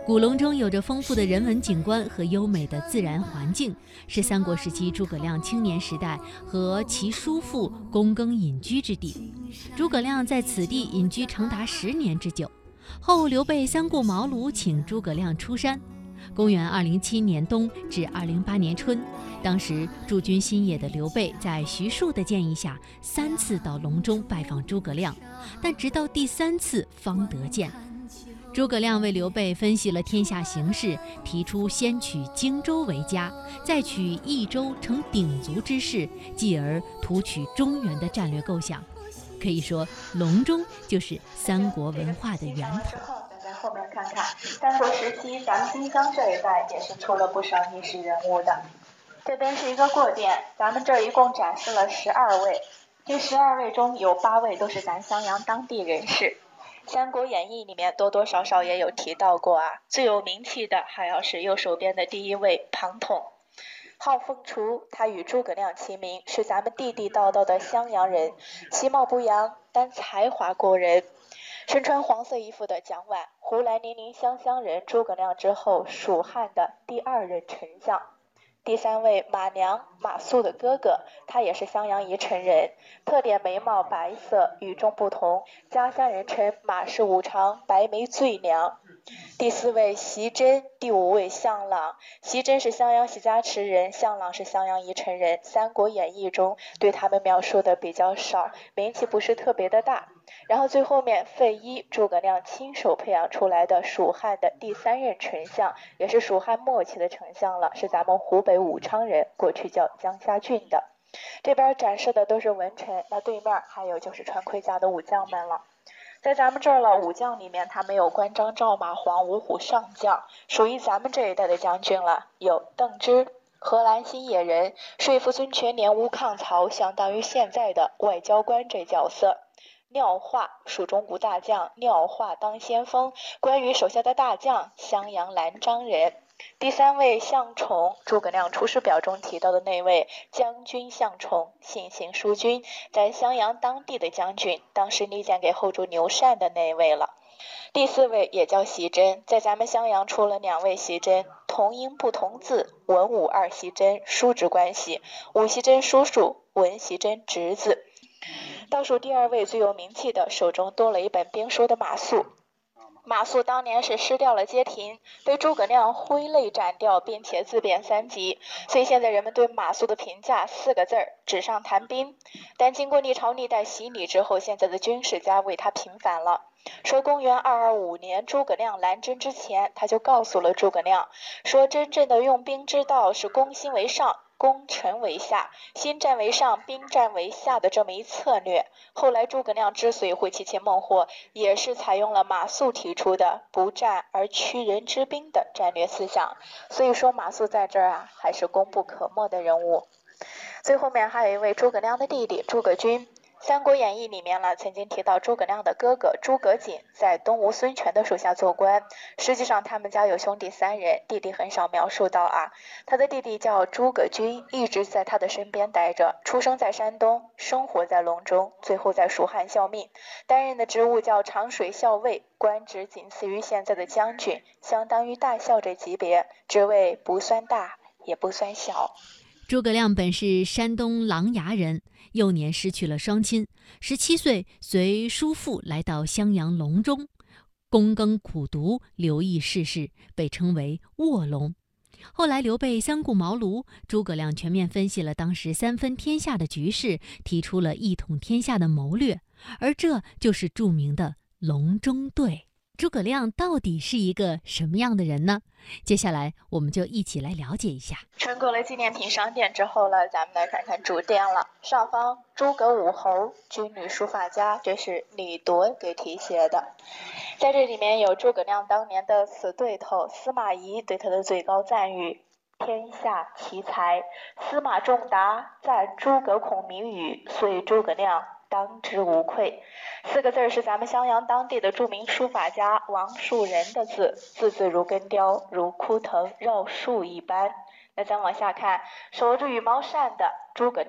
古隆中有着丰富的人文景观和优美的自然环境，是三国时期诸葛亮青年时代和其叔父躬耕隐居之地。诸葛亮在此地隐居长达10年之久。后刘备三顾茅庐，请诸葛亮出山。公元207年冬至208年春，当时驻军新野的刘备在徐庶的建议下，3次到隆中拜访诸葛亮，但直到第3次方得见。诸葛亮为刘备分析了天下形势，提出先取荆州为家，再取益州成鼎足之势，继而图取中原的战略构想。可以说，隆中就是三国文化的源头。 在后面看看，三国时期咱们荆襄这一带也是出了不少历史人物的。这边是一个过店，咱们这一共展示了12位，这12位中有8位都是咱襄阳当地人士。《三国演义》里面多多少少也有提到过啊，最有名气的还要是右手边的第1位庞统，号凤雏，他与诸葛亮齐名，是咱们地地道道的襄阳人，其貌不扬，但才华过人。身穿黄色衣服的蒋琬，胡兰零陵湘乡人，诸葛亮之后蜀汉的第2任丞相。第3位马良，马谡的哥哥，他也是襄阳宜城人，特点眉毛白色，与众不同，家乡人称马氏五常，白眉最良。第4位席珍，第5位项朗。席珍是襄阳席家池人，项朗是襄阳宜城人。《三国演义》中对他们描述的比较少，名气不是特别的大。然后最后面费祎，诸葛亮亲手培养出来的蜀汉的第3任丞相，也是蜀汉末期的丞相了，是咱们湖北武昌人，过去叫江夏郡的。这边展示的都是文臣，那对面还有就是穿盔甲的武将们了。在咱们这儿了，武将里面他没有关张赵马黄五虎上将，属于咱们这一代的将军了，有邓芝，荷兰新野人，说服孙权联吴抗曹，相当于现在的外交官这角色。廖化，蜀中无大将，廖化当先锋，关羽手下的大将，襄阳兰章人。第3位项宠，诸葛亮出师表中提到的那位将军项宠，性行淑君，在襄阳当地的将军，当时力荐给后主牛善的那位了。第4位也叫席珍，在咱们襄阳出了2位席珍，同音不同字，文武2席珍，叔侄关系，武席珍叔叔，文席珍侄子。倒数第2位最有名气的，手中多了一本兵书的马谡。马谡当年是失掉了街亭，被诸葛亮挥泪斩掉，并且自贬3级，所以现在人们对马谡的评价4个字儿：纸上谈兵。但经过历朝历代洗礼之后，现在的军事家为他平反了，说公元225年诸葛亮南征之前，他就告诉了诸葛亮，说真正的用兵之道是攻心为上，攻城为下，心战为上，兵战为下的这么一策略。后来诸葛亮之所以会骑劫孟获，也是采用了马谡提出的不战而屈人之兵的战略思想。所以说马谡在这儿啊，还是功不可没的人物。最后面还有一位诸葛亮的弟弟诸葛均。《三国演义》里面呢，曾经提到诸葛亮的哥哥诸葛瑾在东吴孙权的属下做官，实际上他们家有兄弟3人，弟弟很少描述到啊。他的弟弟叫诸葛均，一直在他的身边待着，出生在山东，生活在隆中，最后在蜀汉效命，担任的职务叫长水校尉，官职仅次于现在的将军，相当于大校这级别，职位不算大也不算小。 诸葛亮本是山东琅琊人，幼年失去了双亲，17岁随叔父来到襄阳隆中，躬耕苦读，留意世事，被称为卧龙。后来刘备三顾茅庐，诸葛亮全面分析了当时3分天下的局势，提出了一统天下的谋略，而这就是著名的隆中对。诸葛亮到底是一个什么样的人呢？接下来我们就一起来了解一下。 穿过了纪念品商店之后呢，咱们来看看主店了。上方诸葛武侯，军旅书法家，这是李铎给题写的。在这里面有诸葛亮当年的死对头司马懿对他的最高赞誉：天下奇才，司马仲达赞诸葛孔明语，所以诸葛亮当之无愧。4个字是咱们襄阳当地的著名书法家王树人的字，字字如根雕，如枯藤绕树一般。那咱往下看，手着羽毛扇的诸葛亮，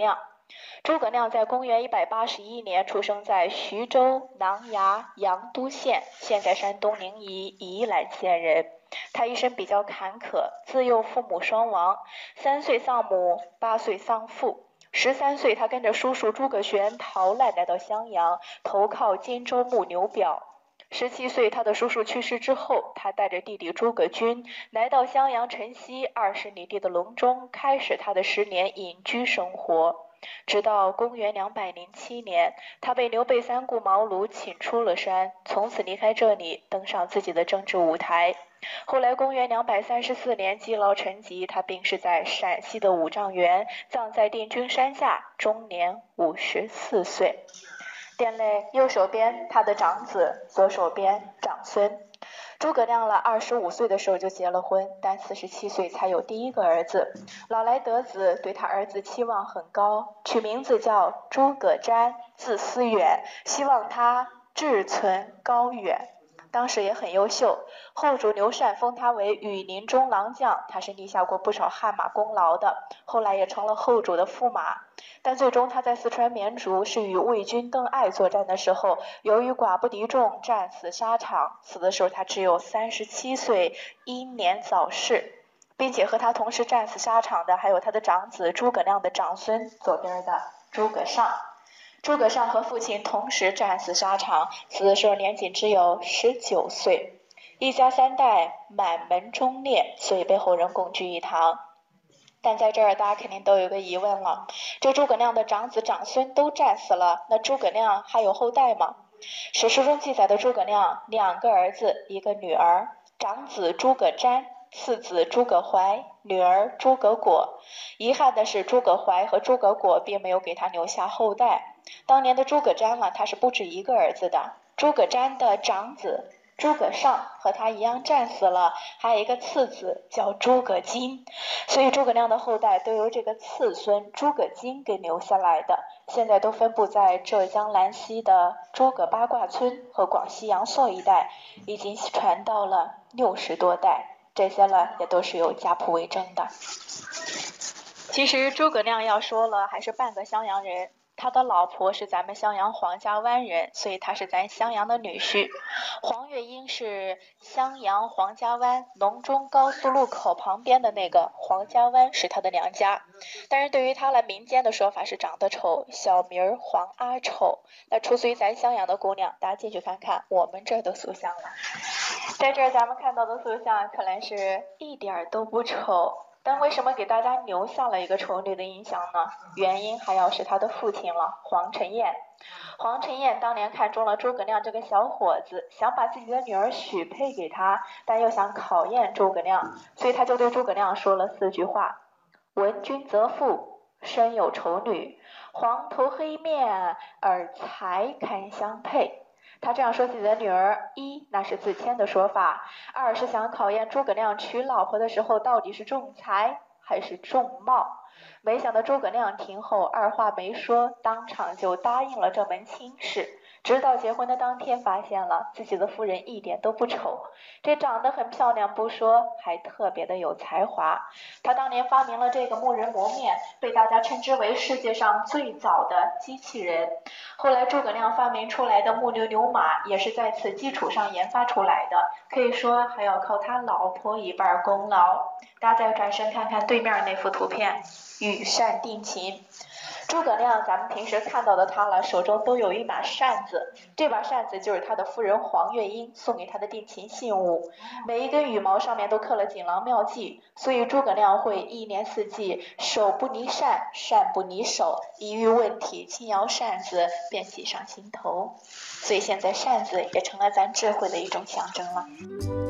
诸葛亮在公元181年出生在徐州琅琊阳都县，现在山东临沂宜兰县人。他一生比较坎坷，自幼父母双亡，3岁丧母，8岁丧父。13岁，他跟着叔叔诸葛玄逃难来到襄阳，投靠荆州牧牛表。17岁，他的叔叔去世之后，他带着弟弟诸葛均来到襄阳城西20里地的隆中，开始他的10年隐居生活。直到公元207年，他被刘备3顾茅庐请出了山，从此离开这里，登上自己的政治舞台。后来公元234年积劳成疾，他病逝在陕西的五丈原，葬在定军山下，终年54岁。殿内右手边他的长子，左手边长孙。诸葛亮25岁的时候就结了婚，但47岁才有第一个儿子。老来得子，对他儿子期望很高，取名字叫诸葛瞻，字思远，希望他志存高远。当时也很优秀，后主刘禅封他为羽林中郎将，他是立下过不少汗马功劳的，后来也成了后主的驸马。但最终他在四川绵竹是与魏军邓艾作战的时候，由于寡不敌众，战死沙场。死的时候他只有37岁，英年早逝，并且和他同时战死沙场的还有他的长子诸葛亮的长孙，左边的诸葛尚。诸葛尚和父亲同时战死沙场，死的时候年仅只有19岁。一家3代满门忠烈，所以被后人共聚一堂。但在这儿大家肯定都有个疑问了，这诸葛亮的长子长孙都战死了，那诸葛亮还有后代吗？史书中记载的诸葛亮2个儿子1个女儿，长子诸葛瞻，次子诸葛怀，女儿诸葛果。遗憾的是诸葛怀和诸葛果并没有给他留下后代。当年的诸葛瞻他是不止1个儿子的，诸葛瞻的长子诸葛尚和他一样战死了，还有一个次子叫诸葛瑾，所以诸葛亮的后代都由这个次孙诸葛瑾给留下来的，现在都分布在浙江兰溪的诸葛八卦村和广西阳朔一带，已经传到了60多代，这些呢也都是有家谱为证的。其实诸葛亮要说了还是半个襄阳人，他的老婆是咱们襄阳黄家湾人，所以他是咱襄阳的女婿。黄月英是襄阳黄家湾隆中高速路口旁边的那个黄家湾是他的娘家，但是对于他来民间的说法是长得丑，小名黄阿丑。那出自于咱襄阳的姑娘，大家进去看看我们这儿的塑像了。在这儿咱们看到的塑像可能是一点都不丑，但为什么给大家留下了一个丑女的印象呢？原因还要是他的父亲了，黄承彦。黄承彦当年看中了诸葛亮这个小伙子，想把自己的女儿许配给他，但又想考验诸葛亮，所以他就对诸葛亮说了4句话：闻君则妇，生有丑女，黄头黑面，而才堪相配。他这样说自己的女儿，一那是自谦的说法，2是想考验诸葛亮娶老婆的时候到底是重才还是重貌。没想到诸葛亮听后2话没说，当场就答应了这门亲事。直到结婚的当天，发现了自己的夫人一点都不丑，这长得很漂亮不说，还特别的有才华。他当年发明了这个木人磨面，被大家称之为世界上最早的机器人。后来诸葛亮发明出来的木牛流马也是在此基础上研发出来的，可以说还要靠他老婆一半功劳。大家再转身看看对面那幅图片，羽扇定情。诸葛亮咱们平时看到的他了，手中都有一把扇子，这把扇子就是他的夫人黄月英送给他的定情信物，每一根羽毛上面都刻了锦囊妙计，所以诸葛亮会一年4季手不离扇，扇不离手，一遇问题轻摇扇子便喜上心头，所以现在扇子也成了咱智慧的一种象征了。